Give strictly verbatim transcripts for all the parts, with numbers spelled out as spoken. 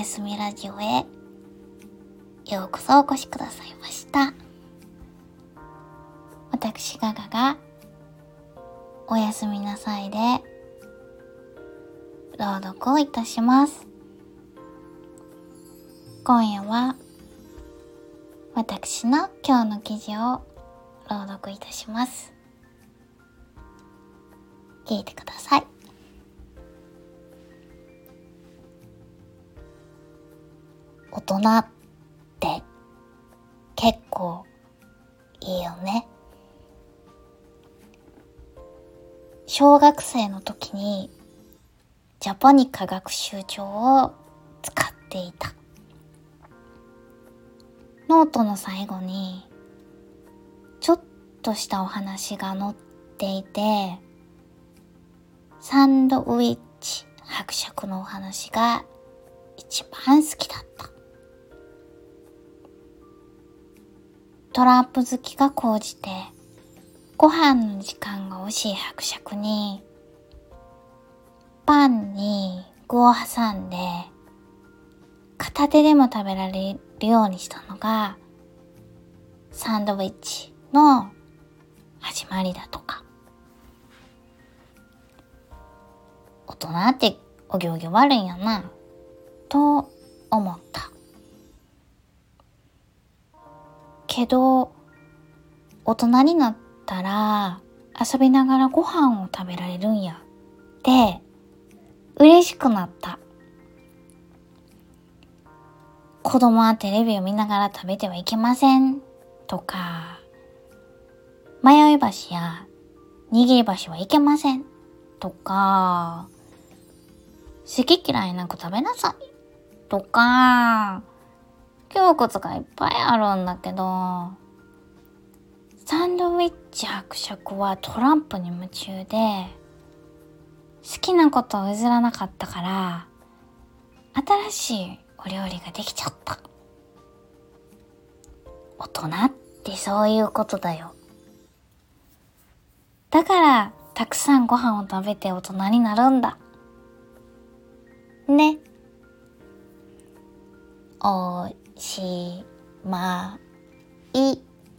すみラジオへようこそお越しくださいました。私ガガがおやすみなさいで朗読をいたします。今夜は私の今日の記事を朗読いたします。聞いてください。大人って結構いいよね。小学生の時にジャポニカ学習帳を使っていた。ノートの最後にちょっとしたお話が載っていて、サンドウィッチ伯爵のお話が一番好きだった。トランプ好きが高じてご飯の時間が惜しい伯爵にパンに具を挟んで片手でも食べられるようにしたのがサンドウィッチの始まりだとか。大人ってお行儀悪いんやなと思った。けど大人になったら遊びながらご飯を食べられるんやって嬉しくなった。子供はテレビを見ながら食べてはいけませんとか、迷い箸や握り箸はいけませんとか、好き嫌いなく食べなさいとか、窮屈がいっぱいあるんだけど、サンドウィッチ伯爵はトランプに夢中で好きなことを譲らなかったから新しいお料理ができちゃった。大人ってそういうことだよ。だからたくさんご飯を食べて大人になるんだね。おしまい。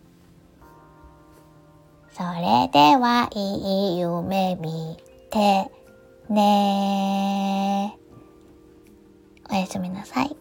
それではいい夢見てね。おやすみなさい。